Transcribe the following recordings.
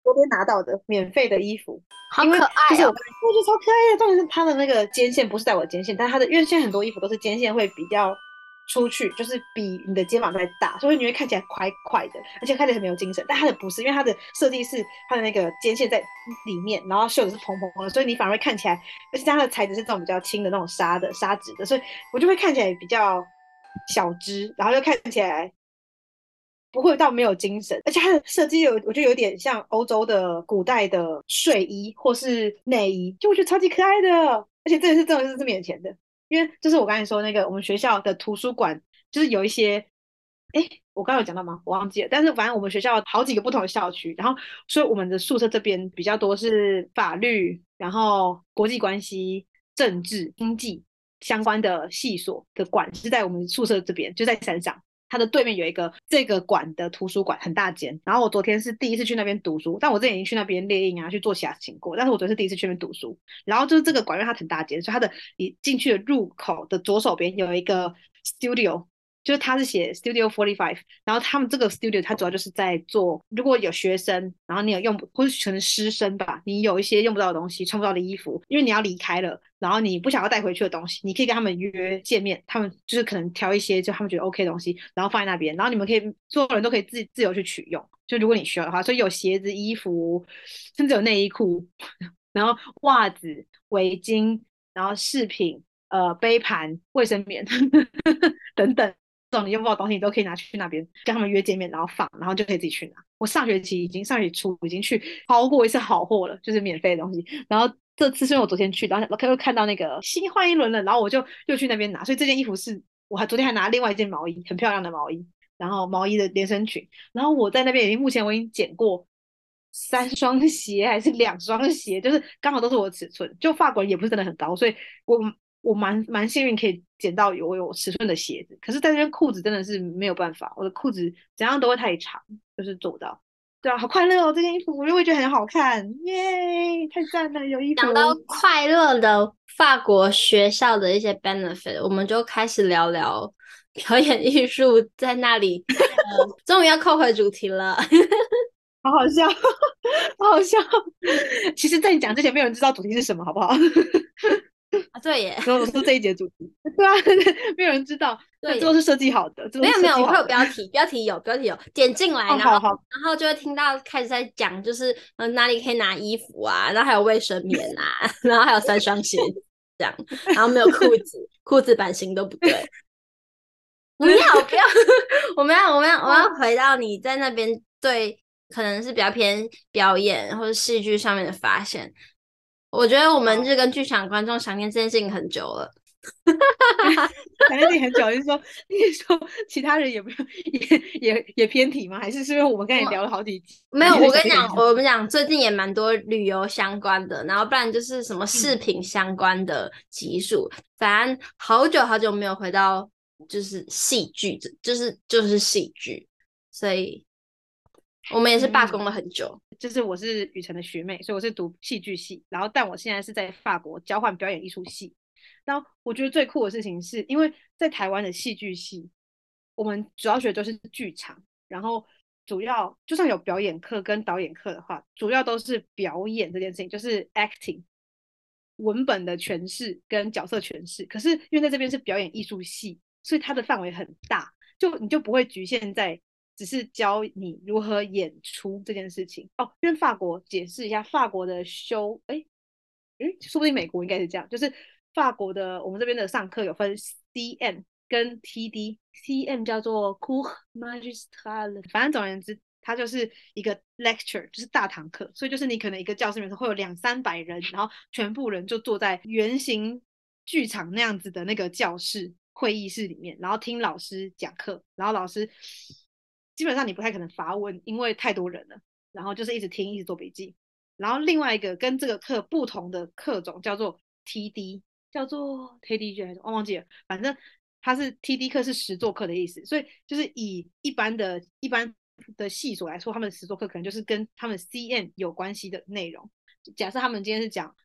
昨天拿到的免费的衣服，因为好可爱哦。 就是我觉得超可爱的，重点是它的那个肩线不是在我的肩线，但它的因为现在很多衣服都是肩线会比较出去，就是比你的肩膀再大，所以你会看起来快快的，而且看起来很没有精神。但它的不是，因为它的设计是它的那个肩线在里面，然后袖子是蓬蓬的，所以你反而会看起来，而且它的材质是这种比较轻的那种纱质的，所以我就会看起来比较小只，然后又看起来不会到没有精神，而且它的设计我觉得有点像欧洲的古代的睡衣或是内衣，就我觉得超级可爱的，而且这个是真的是免钱的，因为就是我刚才说那个我们学校的图书馆，就是有一些，哎，我刚刚有讲到吗？我忘记了，但是反正我们学校好几个不同的校区，然后所以我们的宿舍这边比较多是法律，然后国际关系、政治、经济相关的系所的馆是在我们宿舍这边，就在山上。它的对面有一个这个馆的图书馆，很大间。然后我昨天是第一次去那边读书，但我之前已经去那边列印啊，去做其他事情过。但是我昨天是第一次去那边读书。然后就是这个馆，因为它很大间，所以它的你进去的入口的左手边有一个 studio，就是它是写 Studio 45，然后他们这个 studio 它主要就是在做，如果有学生，然后你有用不，或是可能师生吧，你有一些用不到的东西，穿不到的衣服，因为你要离开了，然后你不想要带回去的东西，你可以跟他们约见面，他们就是可能挑一些就他们觉得 OK 的东西，然后放在那边，然后你们可以所有人都可以自由去取用，就如果你需要的话，所以有鞋子、衣服，甚至有内衣裤，然后袜子、围巾，然后饰品、杯盘、卫生棉等等。这种你用不到的东西，你都可以拿去那边跟他们约见面，然后放，然后就可以自己去拿。我上学期初已经去淘过一次好货了，就是免费的东西。然后这次是因为我昨天去，然后又看到那个新换一轮了，然后我就又去那边拿。所以这件衣服是我昨天还拿另外一件毛衣，很漂亮的毛衣，然后毛衣的连身裙。然后我在那边目前我已经剪过3双鞋还是2双鞋，就是刚好都是我的尺寸。就法国人也不是真的很高，所以我我蛮幸运可以捡到有尺寸的鞋子。可是在这边裤子真的是没有办法，我的裤子怎样都会太长，就是做不到。对啊，好快乐哦！这件衣服我就会觉得很好看，耶，太赞了，有衣讲到服。 快乐的法国学校的一些 benefit，我们就开始聊聊表演艺术在那里。终于要扣回主题了。 好好笑，好好笑。其实，在你讲之前，没有人知道主题是什么，好不好？ 啊，对耶。 然后我说这一节主题，对啊，没有人知道， 对耶。 这都是设计好的，这都是没有没有，我会设计好的。 有标题，标题有点进来， 哦， 然后好好， 然后就会听到开始在讲，就是哪里可以拿衣服啊，然后还有卫生棉啊，然后还有3双鞋子这样，然后没有裤子，裤子版型都不对。不要，我们要回到你在那边对可能是比较偏表演或者戏剧上面的发现。我觉得我们好。 就跟剧场观众想念这件事情很久了。 反正你很久，你说其他人也不用也偏题吗？还是因为我们刚才聊了好几集， 没有， 你就我跟你讲， 想念他？ 我们讲最近也蛮多旅游相关的，然后不然就是什么饰嗯， 品相关的集数，反正好久好久没有回到就是戏剧，就是戏剧，所以我们也是罢工嗯， 了很久。 就是我是雨辰的学妹，所以我是读戏剧系，然后但我现在是在法国交换表演艺术系。然后我觉得最酷的事情是，因为在台湾的戏剧系，我们主要学的都是剧场，然后主要就算有表演课跟导演课的话，主要都是表演这件事情，就是 acting 文本的诠释跟角色诠释。可是因为在这边是表演艺术系，所以它的范围很大，就你就不会局限在只是教你如何演出这件事情哦。因为法国解释一下，法国的修，说不定美国应该是这样，就是法国的我们这边的上课有分 CM 跟 TD，CM 叫做 Cours Magistral，反正总而言之，它就是一个 lecture，就是大堂课，所以就是你可能一个教室里面会有200-300人，然后全部人就坐在圆形剧场那样子的那个教室会议室里面，然后听老师讲课，然后老师基本上你不太可能发问，因为太多人了，然后就是一直听，一直做笔记。然后另外一个跟这个课不同的课种叫做 TD，叫做 TDG 还是我忘记了，反正它是 TD 课是实作课的意思，所以就是以一般的系所来说，他们的实作课可能就是跟他们 CM 有关系的内容。假设他们今天是讲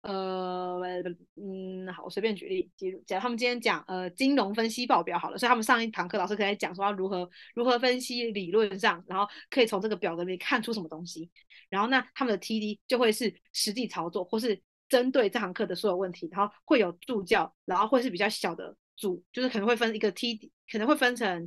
好，我随便举例，假如他们今天讲金融分析报表好了，所以他们上一堂课老师可以讲说要如何分析理论上，然后可以从这个表格里看出什么东西，然后那他们的 TD 就会是实际操作，或是针对这堂课的所有问题，然后会有助教，然后会是比较小的组，就是可能会分一个 TD，可能会分成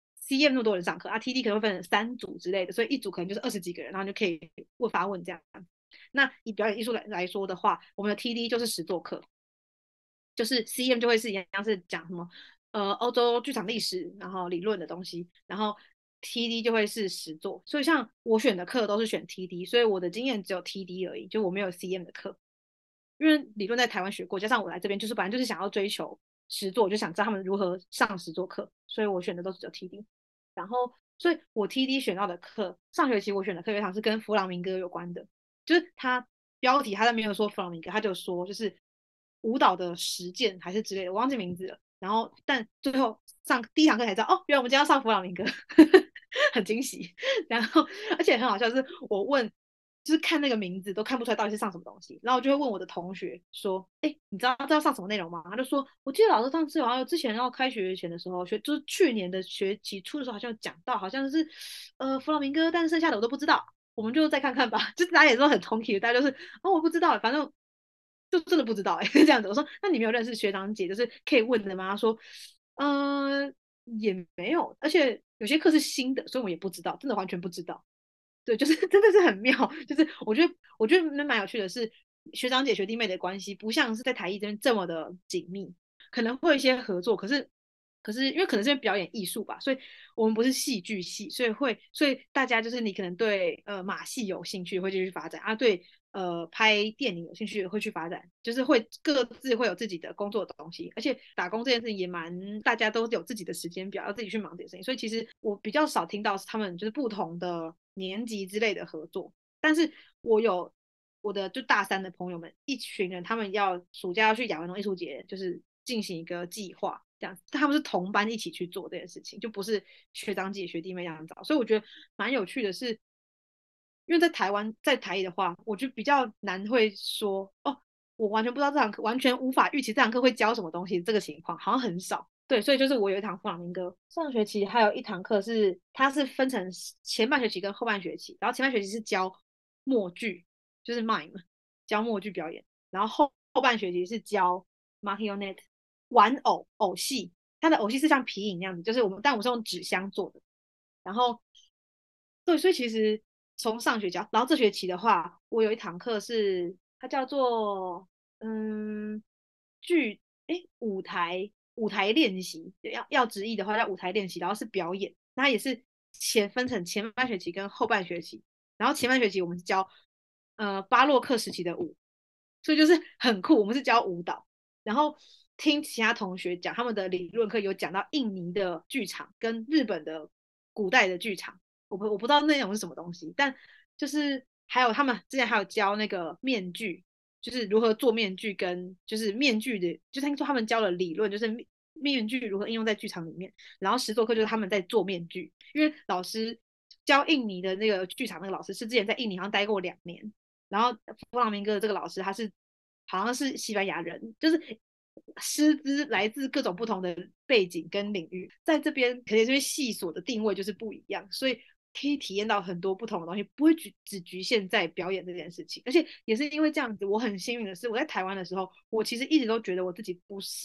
CM 那么多人上课啊，TD 可能会分成3组之类的，所以一组可能就是20几个人，然后就可以发问这样。那以表演艺术来说的话，我们的 TD 就是实作课，就是 CM 就会是一样是讲什么欧洲剧场历史，然后理论的东西，然后 TD 就会是实作。所以像我选的课都是选 TD，所以我的经验只有 TD 而已，就我没有 CM 的课，因为理论在台湾学过，加上我来这边就是本来就是想要追求实作，我就想知道他们如何上实作课，所以我选的都是只有 TD。然后，所以我 TD 选到的课，上学期我选的课有一堂是跟弗朗明哥有关的，就是他标题他在没有说弗朗明哥，他就说就是舞蹈的实践还是之类的，我忘记名字了。然后，但最后上第一堂课才知道，哦，原来我们今天要上弗朗明哥，很惊喜。然后，而且很好笑，是我问，就是看那个名字都看不出来到底是上什么东西，然后我就会问我的同学说，哎，你知道上什么内容吗？他就说，我记得老师上次好像之前要开学前的时候，就是去年的学期初的时候，好像讲到，好像是弗朗明哥，但是剩下的我都不知道，我们就再看看吧。就是大家也都很同意，大家就是哦，我不知道，反正就真的不知道这样子。我说，那你没有认识学长姐，就是可以问的吗？他说，也没有，而且有些课是新的，所以我也不知道，真的完全不知道。对，就是真的是很妙，就是我觉得蛮有趣的是，学长姐学弟妹的关系不像是在台艺这边这么的紧密，可能会有一些合作，可是因为可能是因为表演艺术吧，所以我们不是戏剧系，所以大家就是你可能对马戏有兴趣会继续发展啊，对拍电影有兴趣会去发展，就是会各自会有自己的工作的东西，而且打工这件事情也蛮大家都有自己的时间表，要自己去忙这件事情，所以其实我比较少听到他们就是不同的年级之类的合作，但是我有我的就大三的朋友们，一群人，他们要暑假要去亚文农艺术节，就是进行一个计划，这样，他们是同班一起去做这件事情，就不是学长姐学弟妹这样找，所以我觉得蛮有趣的是，因为在台湾在台艺的话，我就比较难会说哦，我完全不知道这堂课，完全无法预期这堂课会教什么东西，这个情况好像很少。对，所以就是我有一堂弗朗明哥，上学期还有一堂课是，它是分成前半学期跟后半学期，然后前半学期是教默剧，就是 mime 教默剧表演，然后后半学期是教 marionette 玩偶戏，它的偶戏是像皮影那样子，就是但我是用纸箱做的，然后对，所以其实从上学期，然后这学期的话，我有一堂课是它叫做嗯剧舞台练习，要直译的话叫舞台练习，然后是表演，那它也是分成前半学期跟后半学期，然后前半学期我们是教巴洛克时期的舞，所以就是很酷，我们是教舞蹈，然后听其他同学讲他们的理论课有讲到印尼的剧场跟日本的古代的剧场。我不知道内容是什么东西，但就是还有他们之前还有教那个面具，就是如何做面具跟就是面具的，就听说他们教了理论，就是面具如何应用在剧场里面，然后实作课就是他们在做面具，因为老师教印尼的那个剧场那个老师是之前在印尼好像待过2年，然后弗朗明哥的这个老师他是好像是西班牙人，就是师资来自各种不同的背景跟领域，在这边可能这边系所的定位就是不一样，所以可以体验到很多不同的东西，不会只局限在表演这件事情。而且也是因为这样子，我很幸运的是，我在台湾的时候，我其实一直都觉得我自己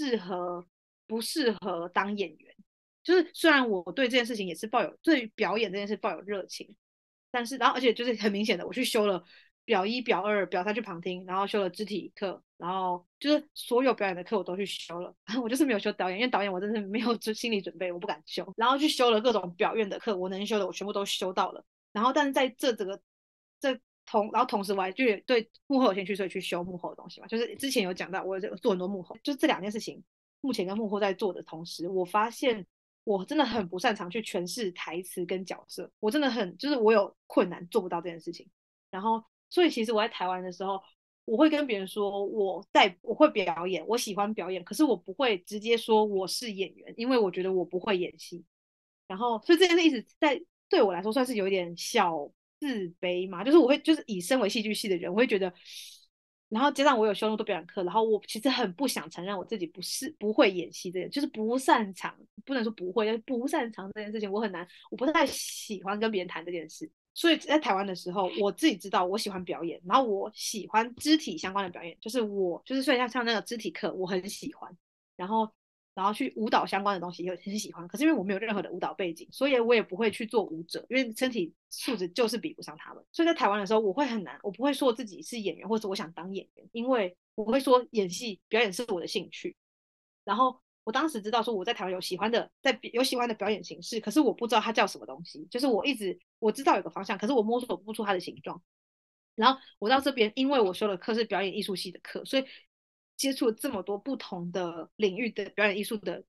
不适合当演员。就是虽然我对这件事情也是对表演这件事抱有热情，但是然后而且就是很明显的，我去修了表一、表二、表三去旁听，然后修了肢体课，然后就是所有表演的课我都去修了，我就是没有修导演，因为导演我真的没有心理准备，我不敢修，然后去修了各种表演的课，我能修的我全部都修到了，然后但是在然后同时我还就对幕后有兴趣，所以去修幕后的东西嘛，就是之前有讲到我有做很多幕后，就是这2件事情，目前跟幕后在做的同时，我发现我真的很不擅长去诠释台词跟角色，我真的就是我有困难做不到这件事情。然后，所以其实我在台湾的时候，我会跟别人说我会表演，我喜欢表演，可是我不会直接说我是演员，因为我觉得我不会演戏。然后，所以这件事一直对我来说算是有一点小自卑嘛，就是我会就是以身为戏剧系的人，我会觉得然后加上我有修那么多表演课，然后我其实很不想承认我自己不会演戏这件，就是不擅长，不能说不会，就是不擅长这件事情，我不太喜欢跟别人谈这件事。所以在台湾的时候，我自己知道我喜欢表演，然后我喜欢肢体相关的表演，就是我就是所以像那个肢体课我很喜欢，然后去舞蹈相关的东西也很喜欢，可是因为我没有任何的舞蹈背景，所以我也不会去做舞者，因为身体素质就是比不上他们。所以在台湾的时候，我会很难，我不会说自己是演员，或者我想当演员，因为我会说演戏表演是我的兴趣。然后我当时知道说我在台湾有喜欢的表演形式，可是我不知道它叫什么东西，就是我知道有个方向，可是我摸索不出它的形状。然后我到这边，因为我修的课是表演艺术系的课，所以接触了这么多不同的领域的表演艺术的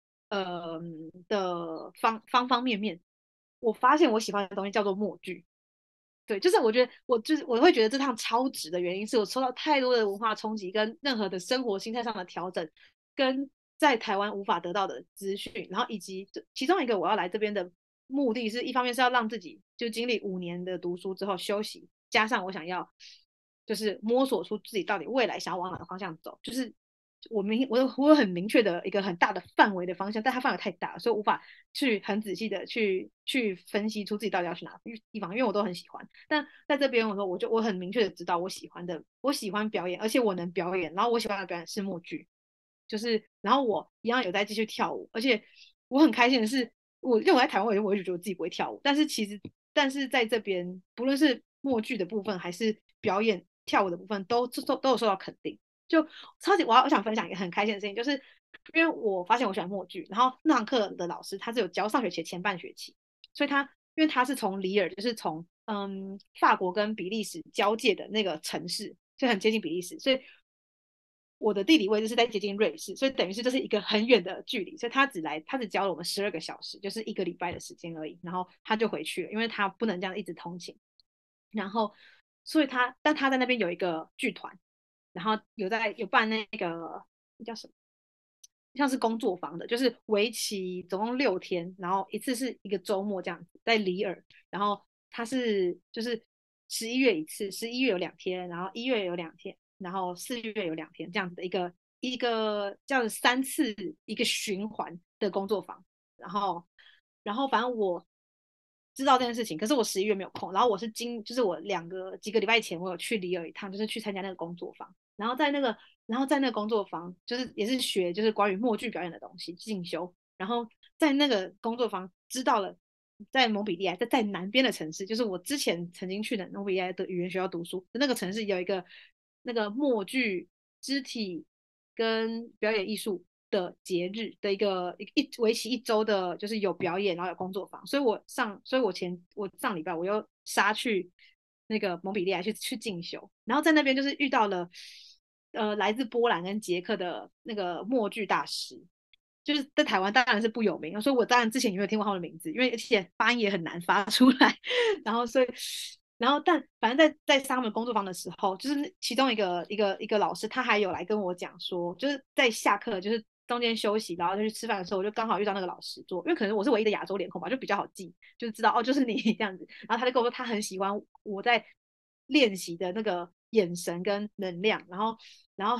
方方面面，我发现我喜欢的东西叫做默剧。对，就是我觉得我会觉得这趟超值的原因是我受到太多的文化冲击，跟任何的生活心态上的调整，跟在台湾无法得到的资讯，然后以及其中一个我要来这边的目的是一方面是要让自己就经历5年的读书之后休息，加上我想要就是摸索出自己到底未来想要往哪个方向走，就是我有很明确的一个很大的范围的方向，但它范围太大了，所以无法去很仔细的去分析出自己到底要去哪个地方，因为我都很喜欢。但在这边我很明确的知道我喜欢表演，而且我能表演，然后我喜欢的表演是默剧，就是然后我一样有在继续跳舞，而且我很开心的是，因为我在台湾，我就觉得我自己不会跳舞，但是在这边，不论是默剧的部分还是表演跳舞的部分，都有受到肯定。就我想分享一个很开心的事情，就是因为我发现我喜欢默剧，然后那堂课的老师他是有教上学期的前半学期，所以因为他是从里尔，就是从法国跟比利时交界的那个城市，就很接近比利时，所以我的地理位置是在接近瑞士，所以等于是这是一个很远的距离，所以他只教了我们12个小时，就是一个礼拜的时间而已，然后他就回去了，因为他不能这样一直通勤，然后所以但他在那边有一个剧团，然后有办那个那叫什么，像是工作坊的，就是为期总共6天，然后一次是一个周末这样子，在里尔，然后它就是11月一次，11月有2天，然后1月有2天，然后4月有2天这样子的一个这样子3次一个循环的工作坊，然后反正我知道这件事情，可是我11月没有空，然后就是我几个礼拜前我有去里尔一趟，就是去参加那个工作坊，然后在那个工作坊就是也是学就是关于默剧表演的东西进修，然后在那个工作坊知道了在蒙彼利埃在南边的城市，就是我之前曾经去的蒙彼利埃的语言学校读书的那个城市有一个那个默剧肢体跟表演艺术的节日的为期1周的，就是有表演，然后有工作坊，所以我上礼拜我又杀去那个蒙彼利埃去进修，然后在那边就是遇到了来自波兰跟捷克的那个默剧大师，就是在台湾当然是不有名，所以我当然之前也没有听过他们的名字，因为而且发音也很难发出来，然后所以。然后，但反正在上他们工作坊的时候，就是其中一个老师，他还有来跟我讲说，就是在下课，就是中间休息，然后就去吃饭的时候，我就刚好遇到那个老师做，因为可能我是唯一的亚洲脸孔吧，就比较好记，就是知道哦，就是你这样子。然后他就跟我说，他很喜欢我在练习的那个眼神跟能量，然后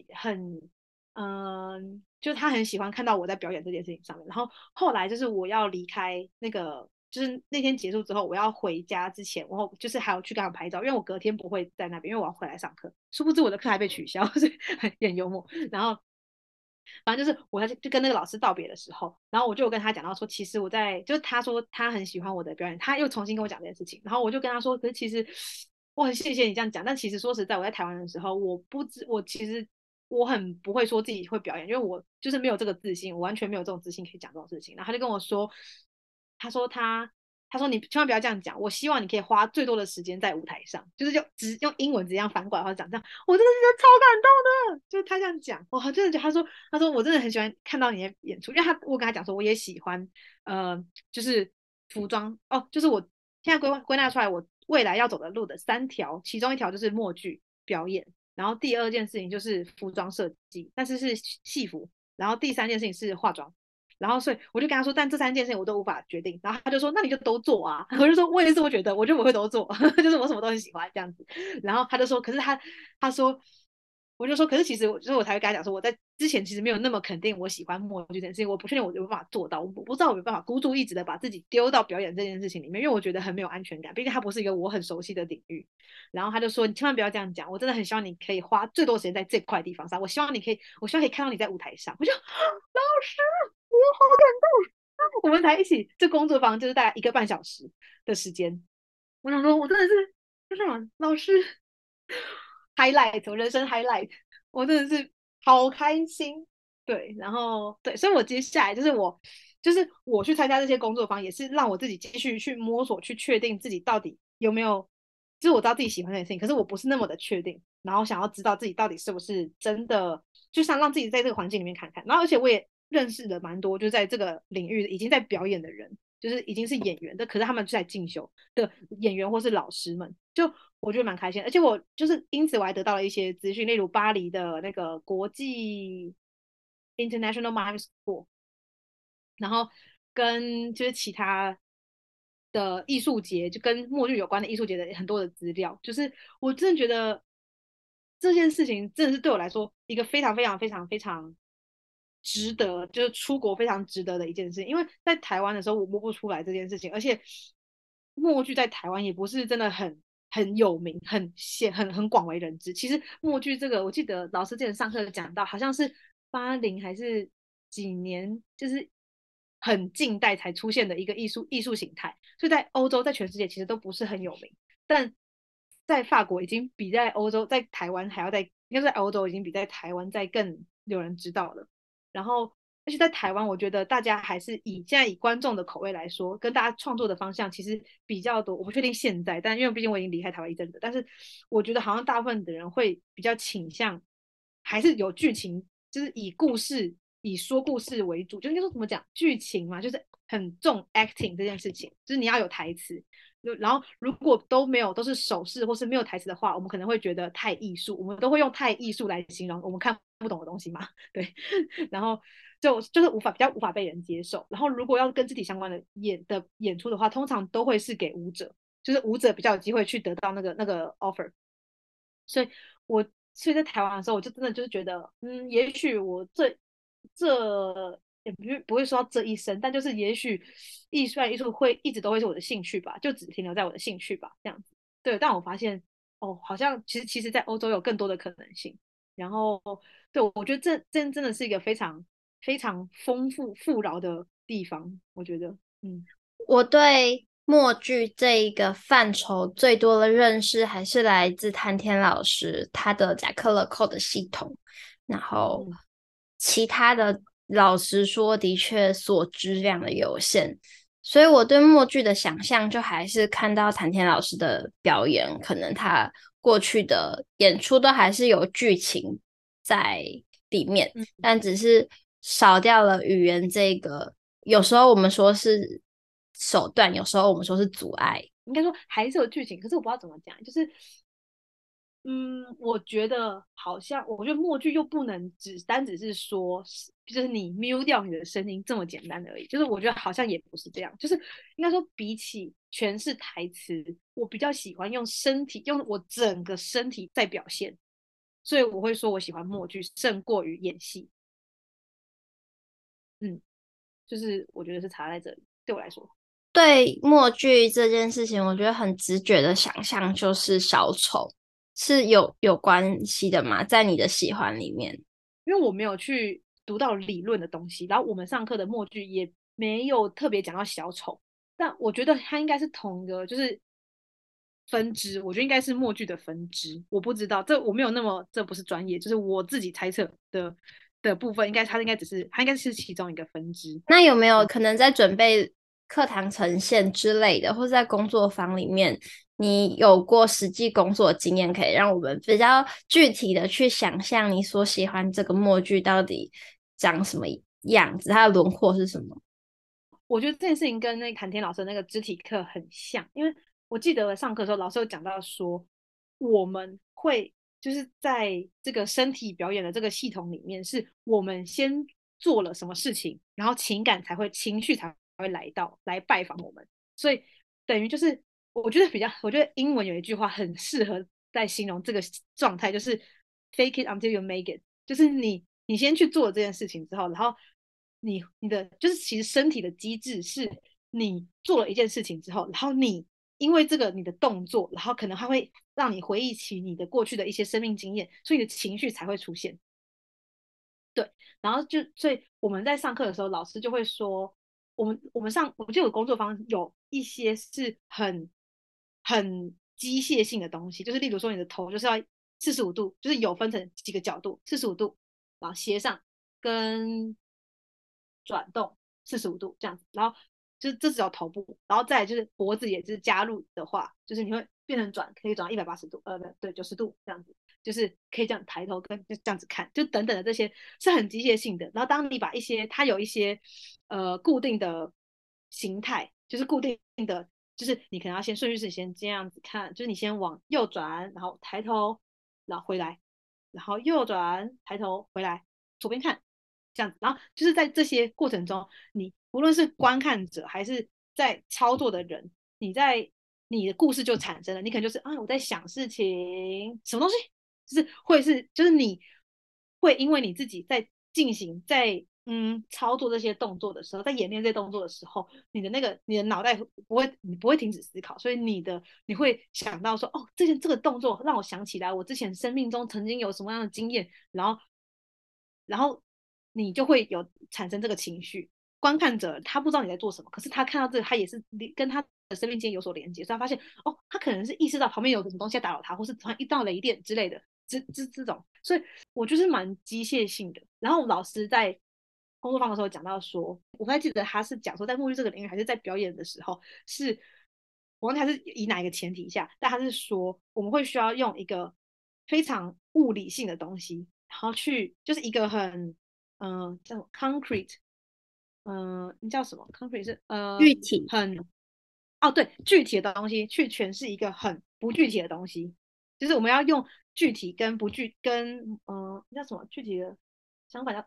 就是他很喜欢看到我在表演这件事情上面。然后后来就是我要离开那个，就是那天结束之后，我要回家之前，然后就是还要去跟他拍照，因为我隔天不会在那边，因为我要回来上课。殊不知我的课还被取消，所以很幽默。然后反正就是我就跟那个老师道别的时候，然后我就有跟他讲到说，其实就是他说他很喜欢我的表演，他又重新跟我讲这件事情，然后我就跟他说，可是其实我很谢谢你这样讲，但其实说实在，我在台湾的时候，我其实我很不会说自己会表演，因为我就是没有这个自信，我完全没有这种自信可以讲这种事情。然后他就跟我说，他说他说你千万不要这样讲，我希望你可以花最多的时间在舞台上，就是只用英文这样反过来或者讲这样，我真的觉得超感动的，就是他这样讲，我真的觉得他说我真的很喜欢看到你的演出，因为我跟他讲说我也喜欢就是服装哦，就是我现在归纳出来我未来要走的路的3条，其中一条就是默剧表演，然后第二件事情就是服装设计，但是戏服，然后第三件事情是化妆。然后所以我就跟他说，但这3件事情我都无法决定。然后他就说，那你就都做啊。我就说，我也是这么觉得，我觉得我会都做，就是我什么都很喜欢这样子。然后他就说，可是他说我就说，可是其实所以我才会跟他讲说，我在之前其实没有那么肯定我喜欢默剧这件事情，我不确定我有办法做到，我不知道我有办法孤注一掷的把自己丢到表演这件事情里面，因为我觉得很没有安全感，毕竟它不是一个我很熟悉的领域。然后他就说，你千万不要这样讲，我真的很希望你可以花最多时间在这块地方上，我希望可以看到你在舞台上。我就老师，我好感动。我们才一起，这工作坊就是大概1个半小时的时间。我想说，我真的是就是老师 highlight 我人生 highlight，我真的是好开心。对，然后对，所以我接下来就是我去参加这些工作坊，也是让我自己继续去摸索，去确定自己到底有没有，就是我知道自己喜欢这件事情，可是我不是那么的确定，然后想要知道自己到底是不是真的，就想让自己在这个环境里面看看。然后而且我也认识了蛮多，就在这个领域已经在表演的人，就是已经是演员的，可是他们是在进修的演员或是老师们，就我觉得蛮开心的。而且我就是因此我还得到了一些资讯，例如巴黎的那个国际 International Mime School，然后跟就是其他的艺术节，就跟默剧有关的艺术节的很多的资料，就是我真的觉得这件事情真的是对我来说一个非常非常非常非常值得，就是出国非常值得的一件事情。因为在台湾的时候我摸不出来这件事情，而且默剧在台湾也不是真的很有名、很广为人知。其实默剧这个，我记得老师之前上课讲到，好像是80还是几年，就是很近代才出现的一个艺术形态，所以在欧洲，在全世界其实都不是很有名，但在法国已经比在欧洲，在台湾还要在，应该在欧洲已经比在台湾再更有人知道了。然后，而且在台湾，我觉得大家还是现在以观众的口味来说，跟大家创作的方向其实比较多。我不确定现在，但因为毕竟我已经离开台湾一阵子，但是我觉得好像大部分的人会比较倾向还是有剧情，就是以说故事为主，就应该说怎么讲剧情嘛，就是很重 acting 这件事情，就是你要有台词。然后如果都没有，都是手势或是没有台词的话，我们可能会觉得太艺术，我们都会用太艺术来形容我们看不懂的东西嘛。对，然后就是比较无法被人接受。然后如果要跟肢体相关的演出的话，通常都会是给舞者，就是舞者比较有机会去得到那个 offer。所以我所以在台湾的时候，我就真的就是觉得，也许我这也不会说到这一生，但就是也许艺术会一直都会是我的兴趣吧，就只停留在我的兴趣吧，这样子。对，但我发现哦，好像其实，在欧洲有更多的可能性。然后，对，我觉得这真的是一个非常非常丰富富饶的地方，我觉得， 我对默剧这一个范畴最多的认识还是来自谭天老师他的贾克勒寇的系统，然后嗯其他的老实说的确所知量的有限，所以我对默剧的想象就还是看到谭天老师的表演，可能他过去的演出都还是有剧情在里面， 嗯， 但只是少掉了语言这个。有时候我们说是手段，有时候我们说是阻碍。 应该说还是有剧情，可是我不知道怎么讲，就是我觉得好像，我觉得默剧又不能只是说，就是你 mute 掉你的声音这么简单而已。就是我觉得好像也不是这样，就是应该说比起诠释台词，我比较喜欢用身体，用我整个身体在表现，所以我会说我喜欢默剧胜过于演戏。嗯，就是我觉得是差在这里，对我来说。 对默剧这件事情，我觉得很直觉的想象就是小丑，是有关系的吗？在你的喜欢里面， 因为我没有去读到理论的东西，然后我们上课的默剧也没有特别讲到小丑，但我觉得它应该是同一个，就是分支，我觉得应该是默剧的分支，我不知道，这我没有那么，这不是专业，就是我自己猜测的部分，它应该是其中一个分支。 那有没有可能在准备课堂呈现之类的，或者在工作坊里面，你有过实际工作经验，可以让我们比较具体的去想象你所喜欢这个默剧到底长什么样子，它的轮廓是什么？ 我觉得这件事情跟那个谭天老师的那个肢体课很像，因为我记得上课的时候，老师有讲到说，我们会就是在这个身体表演的这个系统里面，是我们先做了什么事情，然后情绪才会来拜访我们，所以等于就是我觉得英文有一句话很适合在形容这个状态，就是 fake it until you make it，就是你先去做这件事情之后，然后你的就是其实身体的机制是你做了一件事情之后，然后你因为这个你的动作，然后可能还会让你回忆起你的过去的一些生命经验，所以你的情绪才会出现。对，然后所以我们在上课的时候，老师就会说，我们就有工作坊有一些是很机械性的东西，就是例如说你的头就是要45度，就是有分成几个角度，四十五度，然后斜上跟转动45度这样子，然后就是这只有头部，然后再来就是脖子也是加入的话，就是你会变成可以转到180度，对90度这样子。就是可以这样抬头跟就这样子看，就等等的这些是很机械性的。然后当你把它有一些固定的形态，就是固定的，就是你可能要先顺序是先这样子看，就是你先往右转，然后抬头，然后回来，然后右转抬头回来，左边看，这样子。然后就是在这些过程中，你无论是观看者还是在操作的人，你的故事就产生了。你可能就是啊，我在想事情，什么东西，就是你会因为你自己在进行操作这些动作的时候，在演练这些动作的时候，你的脑袋你不会停止思考，所以你会想到说，哦，这个动作让我想起来我之前生命中曾经有什么样的经验，然后你就会有产生这个情绪。观看者他不知道你在做什么，可是他看到这个，他也是跟他的生命间有所连接，所以他发现哦，他可能是意识到旁边有什么东西在打扰他，或是突然遇到雷电之类的，这种，所以我就是蛮机械性的。然后老师在工作坊的时候讲到说，我不太记得他是讲说在沐浴这个领域，还是在表演的时候，我忘记他是以哪一个前提下，但他是说我们会需要用一个非常物理性的东西，然后就是一个很叫什么 concrete，你叫什么 concrete 是具体。 很哦对具体的东西去诠释一个很不具体的东西，就是我们要用具体跟不具跟叫什么具体的相反叫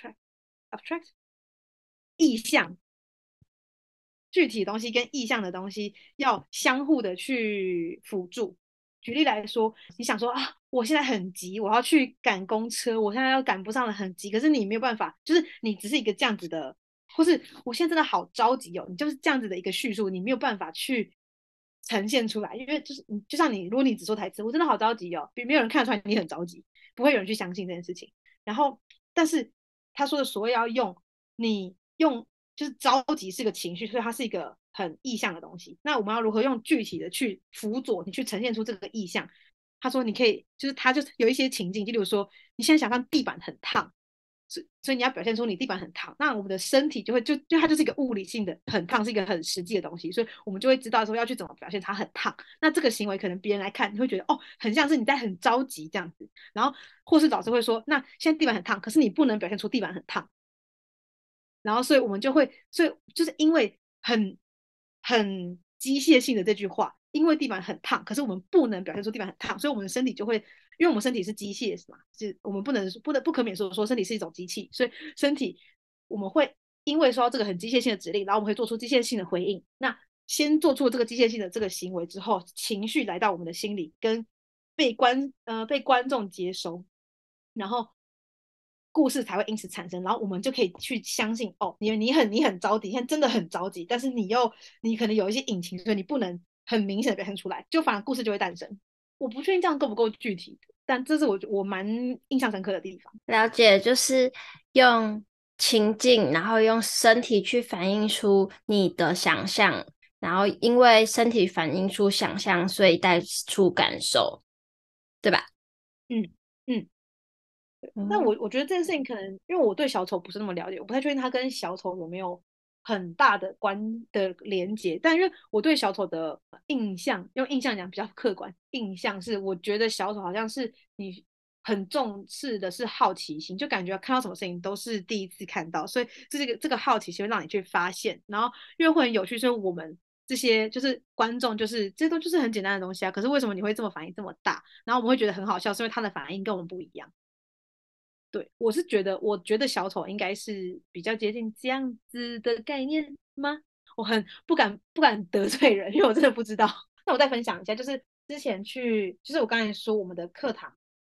abstract 意象，具体的东西跟意象的东西要相互的去辅助。举例来说，你想说啊，我现在很急，我要去赶公车，我现在要赶不上了，很急。可是你没有办法，就是你只是一个这样子的，或是我现在真的好着急哦，你就是这样子的一个叙述，你没有办法去呈现出来，因为就是就像如果你只说台词，我真的好着急哦，没有人看得出来你很着急，不会有人去相信这件事情。然后，但是他说的所谓要用就是着急是个情绪，所以它是一个很意象的东西。那我们要如何用具体的去辅佐你去呈现出这个意象？他说你可以，就是他就有一些情境，就比如说你现在想象地板很烫，所以你要表现出你地板很烫，那我们的身体就会它就是一个物理性的很烫，是一个很实际的东西，所以我们就会知道说要去怎么表现它很烫。那这个行为可能别人来看，你会觉得哦，很像是你在很着急这样子，然后或是老师会说，那现在地板很烫，可是你不能表现出地板很烫，然后所以我们就会，所以就是因为很机械性的这句话，因为地板很烫，可是我们不能表现出地板很烫，所以我们的身体就会，因为我们身体是机械嘛，是我们不可免说身体是一种机器，所以身体我们会因为收到这个很机械性的指令，然后我们会做出机械性的回应。那先做出这个机械性的这个行为之后，情绪来到我们的心里，跟被观众接收，然后故事才会因此产生，然后我们就可以去相信哦，你很着急，现在真的很着急，但是你可能有一些隐情，所以你不能很明显的表现出来，就反而故事就会诞生。我不确定这样够不够具体，但这是我蛮印象深刻的地方。 了解，就是用情境，然后用身体去反映出你的想象，然后因为身体反映出想象，所以带出感受，对吧？ 嗯嗯。但我觉得这件事情可能因为我对小丑不是那么了解，我不太确定他跟小丑有没有很大的连接。但因为我对小丑的印象，用印象讲比较客观，印象是我觉得小丑好像是你很重视的是好奇心，就感觉看到什么事情都是第一次看到，所以这个好奇心会让你去发现，然后因为会很有趣，所以我们这些就是观众，就是这些都就是很简单的东西啊，可是为什么你会这么反应这么大？然后我们会觉得很好笑，是因为他的反应跟我们不一样。对，我觉得小丑应该是比较接近这样子的概念吗？我很不敢得罪人，因为我真的不知道。那我再分享一下，就是之前就是我刚才说我们的课堂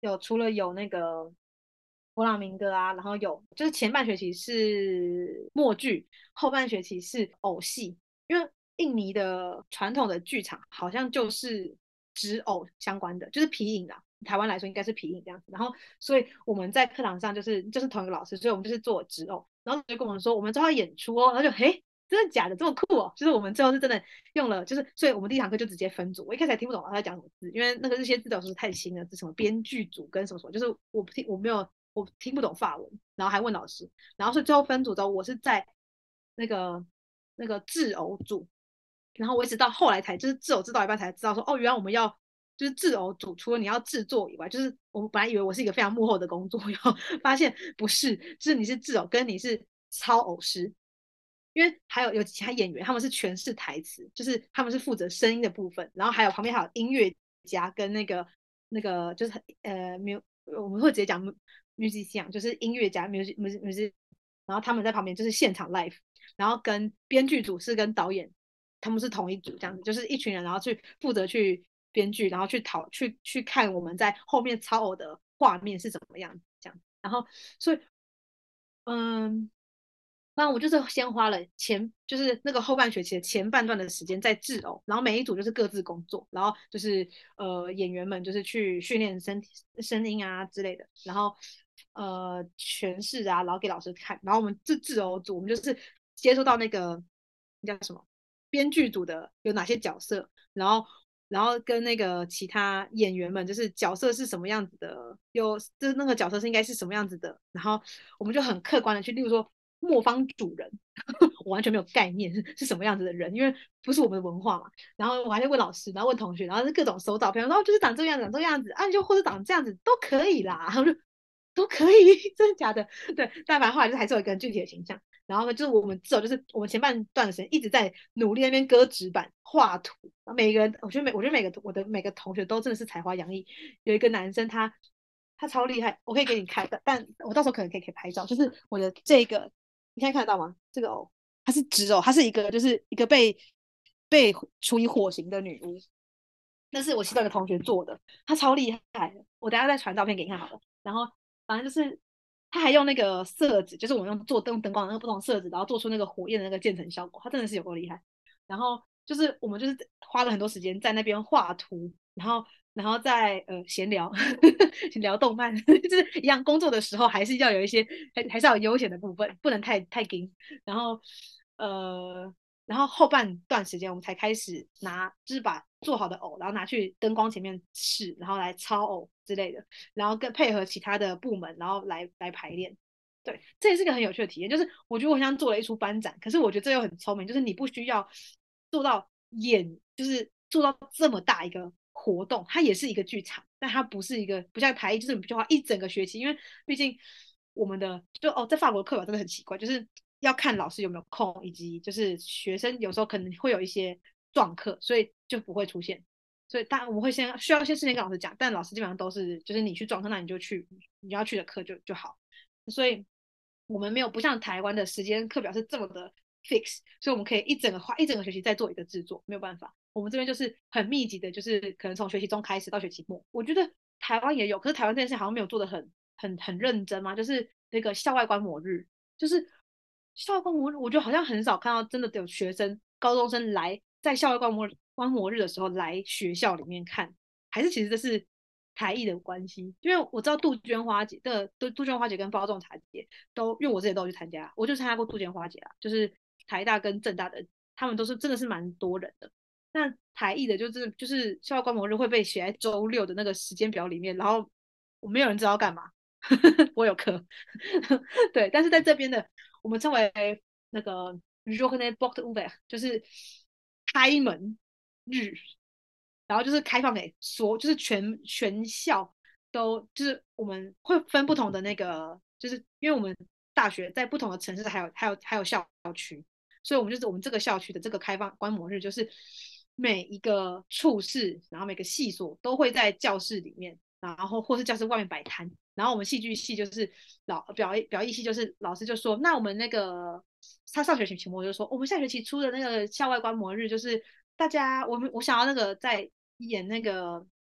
除了有那个弗朗明哥啊，然后就是前半学期是默剧，后半学期是偶戏，因为印尼的传统的剧场好像就是指偶相关的，就是皮影啦。台湾来说应该是皮影这样子，然后所以我们在课堂上就是同一个老师，所以我们就是做指偶，然后就跟我们说我们之后要演出哦，然后就嘿。真的假的这么酷哦？就是我们最后是真的用了，就是所以我们第一堂课就直接分组。我一开始还听不懂他在讲什么字，因为那个这些字都是太新了，是什么编剧组跟什么什么，就是我听不懂法文，然后还问老师，然后所以最后分组之后，我是在那个制偶组，然后我一直到后来才就是制偶制到一半才知道说哦，原来我们要就是制偶组除了你要制作以外，就是我们本来以为我是一个非常幕后的工作，然后发现不是，就是你是制偶跟你是操偶师。因为还有其他演员，他们是诠释台词，就是他们是负责声音的部分，然后还有旁边还有音乐家跟就是我们会直接讲 musician，就是音乐家 music，然后他们在旁边就是现场 live，然后跟编剧组是跟导演他们是同一组这样子，就是一群人，然后去负责去编剧，然后去看我们在后面操偶的画面是怎么样这样，然后所以嗯。反正我就是先花了就是那个后半学期的前半段的时间在制偶，然后每一组就是各自工作，然后就是演员们就是去训练声音啊之类的，然后诠释啊，然后给老师看，然后我们制偶组我们就是接触到那个叫什么编剧组的有哪些角色，然后跟那个其他演员们，就是角色是什么样子的，就是那个角色是应该是什么样子的，然后我们就很客观的去，例如说磨坊主人，我完全没有概念是什么样子的人，因为不是我们的文化嘛。然后我还在问老师，然后问同学，然后是各种搜照片，然后就是长这个样子，长这个样子，啊，就或者长这样子都可以啦，然后就都可以，真的假的？对，但反正后来就还是有一个具体的形象。然后呢，就是我们至少就是我们前半段的时间一直在努力那边割纸板、画图。每个人，我觉得每个同学都真的是才华洋溢。有一个男生他超厉害，我可以给你看的，但我到时候可以拍照。就是我的这个，你现在看得到吗？这个偶，它是纸偶，它是就是一个被处以火刑的女巫。那是我其中一个同学做的，他超厉害的。我等下再传照片给你看好了。然后反正就是他还用那个色纸，就是我们做灯光的那个不同色纸，然后做出那个火焰的那个渐层效果，他真的是有够厉害。然后就是我们就是花了很多时间在那边画图，然后在闲聊聊动漫，就是一样工作的时候还是要有一些还是要有悠闲的部分，不能太紧。然后呃然后后半段时间我们才开始就是把做好的偶，然后拿去灯光前面试，然后来抄偶之类的，然后跟配合其他的部门，然后来排练。对，这也是个很有趣的体验。就是我觉得我像做了一出班展，可是我觉得这又很聪明，就是你不需要做到就是做到这么大一个活动，它也是一个剧场，但它不是不像台艺，就是你必须花一整个学期，因为毕竟我们在法国的课表真的很奇怪，就是要看老师有没有空，以及就是学生有时候可能会有一些撞课，所以就不会出现。所以我们会需要先事先跟老师讲，但老师基本上都是就是你去撞课，那你就去你要去的课就好。所以我们没有不像台湾的时间课表是这么的 fix，所以我们可以花一整个学期再做一个制作，没有办法。我们这边就是很密集的，就是可能从学期中开始到学期末。我觉得台湾也有，可是台湾这件事好像没有做的很认真嘛，就是那个校外观摩日，就是校外观摩日，我觉得好像很少看到真的有高中生在校外观摩日的时候来学校里面看，还是其实这是台艺的关系，因为我知道杜鹃花节跟包种茶节因为我自己都有去参加，我就参加过杜鹃花节啦，就是台大跟政大的，他们都是真的是蛮多人的。那台艺的就是校外观摩日会被写在周六的那个时间表里面，然后我没有人知道干嘛，我有课，对，但是在这边的我们称为那个 Journée Porte Ouverte，就是开门日，然后就是开放给就是全校都，就是我们会分不同的那个，就是因为我们大学在不同的城市还有校区，所以我们这个校区的这个开放观摩日，就是每一个处室，然后每个系所都会在教室里面，然后或是教室外面摆摊。然后我们戏剧系就是表艺系，就是老师就说，那我们那个他上学期期末就说，我们下学期出的那个校外观摩日，就是大家我想要那个在演那个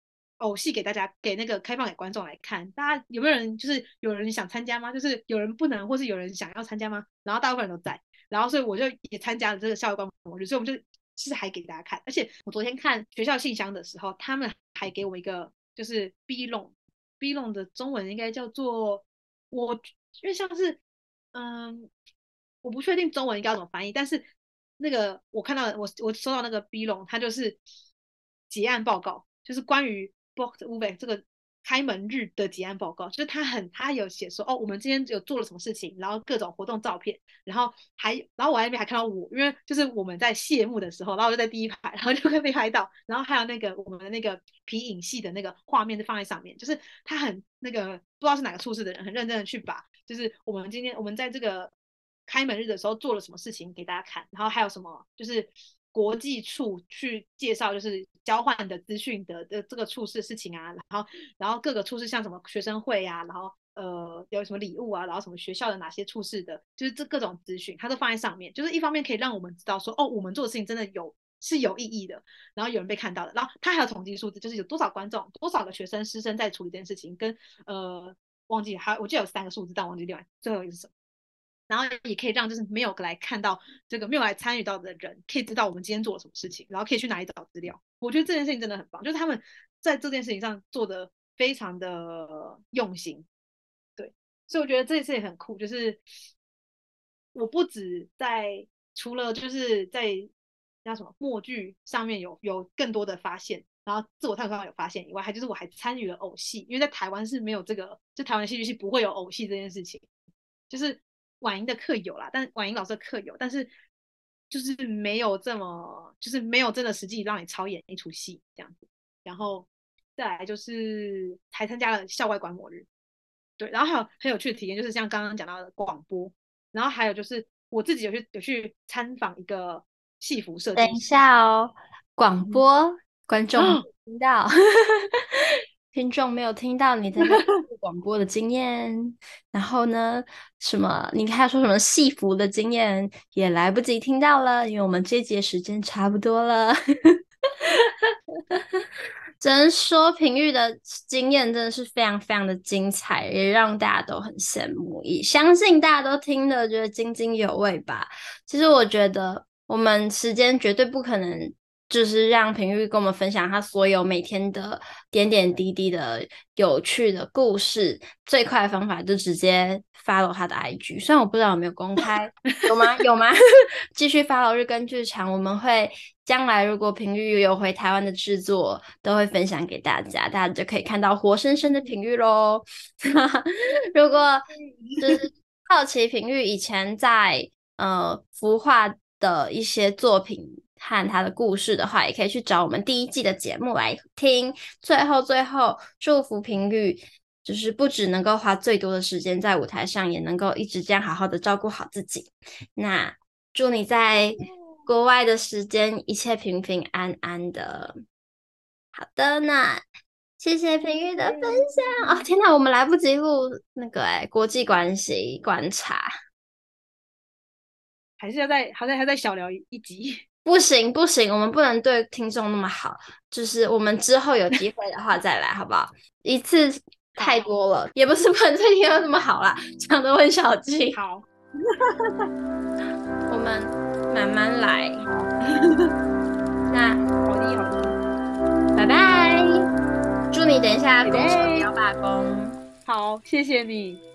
偶戏给大家，给那个开放给观众来看，大家有没有人就是有人想参加吗？就是有人不能，或是有人想要参加吗？然后大部分人都在，然后所以我就也参加了这个校外观摩日，所以我们就是还给大家看，而且我昨天看学校信箱的时候，他们还给我一个就是 B 弄的中文应该叫做我，因为像是我不确定中文应该要怎么翻译，但是那个我看到我收到那个 B 龙，它就是结案报告，就是关于 Box u v e 这个开门日的结案报告，就是他有写说哦，我们今天有做了什么事情，然后各种活动照片，然后我在那边还看到我，因为就是我们在谢幕的时候，然后我就在第一排，然后就会被拍到，然后还有那个我们的那个皮影戏的那个画面就放在上面，就是他很那个不知道是哪个处室的人很认真的去把，就是我们在这个开门日的时候做了什么事情给大家看，然后还有什么就是国际处去介绍就是交换的资讯的这个处事事情啊，然后各个处事像什么学生会啊，然后有什么礼物啊，然后什么学校的哪些处事的，就是这各种资讯，它都放在上面，就是一方面可以让我们知道说哦，我们做的事情真的是有意义的，然后有人被看到的，然后他还有统计数字，就是有多少观众、多少个学生、师生在处理这件事情，跟忘记我记得有3个数字，但忘记另外最后一个是什么。然后也可以让就是没有来看到这个没有来参与到的人，可以知道我们今天做了什么事情，然后可以去哪里找资料。我觉得这件事情真的很棒，就是他们在这件事情上做的非常的用心，对，所以我觉得这件事情很酷，就是我不止除了就是在叫什么默剧上面有更多的发现，然后自我探索上有发现以外，我还参与了偶戏，因为在台湾是没有这个，就台湾戏剧系不会有偶戏这件事情，就是婉莹的课有啦，但婉莹老师的课有，但是就是没有这么，就是没有真的实际让你操演一出戏这样子。然后再来就是还参加了校外观摩日，对，然后还有很有趣的体验，就是像刚刚讲到的广播，然后还有就是我自己有去参访一个戏服设等一计师， 下哦，广播观众没有听到，听众没有听到你在那边录广播的经验，然后呢，你还说什么戏服的经验也来不及听到了，因为我们这节时间差不多了。只能说平玉的经验真的是非常非常的精彩，也让大家都很羡慕，也相信大家都听得觉得津津有味吧。其实我觉得我们时间绝对不可能就是让平玉跟我们分享他所有每天的点点滴滴的有趣的故事，最快的方法就直接 follow 他的 IG，虽然我不知道有没有公开，有吗？有吗？继续 follow 日更剧场，我们会将来如果平玉有回台湾的制作，都会分享给大家，大家就可以看到活生生的平玉咯。如果就是好奇平玉以前在孵化的一些作品和他的故事的话，也可以去找我们第1季的节目来听。最后，祝福平玉就是不只能够花最多的时间在舞台上，也能够一直这样好好的照顾好自己。那祝你在国外的时间一切平平安安的。好的，那谢谢平玉的分享。哦，天哪，我们来不及录那个国际关系观察。 好像还在小聊一集。 不行不行，我们不能对听众那么好，就是我们之后有机会的话再来，好不好？一次太多了，也不是不能对听众那么好啦，讲得很小气。 好， 我们慢慢来。那好的好的， 拜拜，祝你等一下公司不要罢工。 好，谢谢你。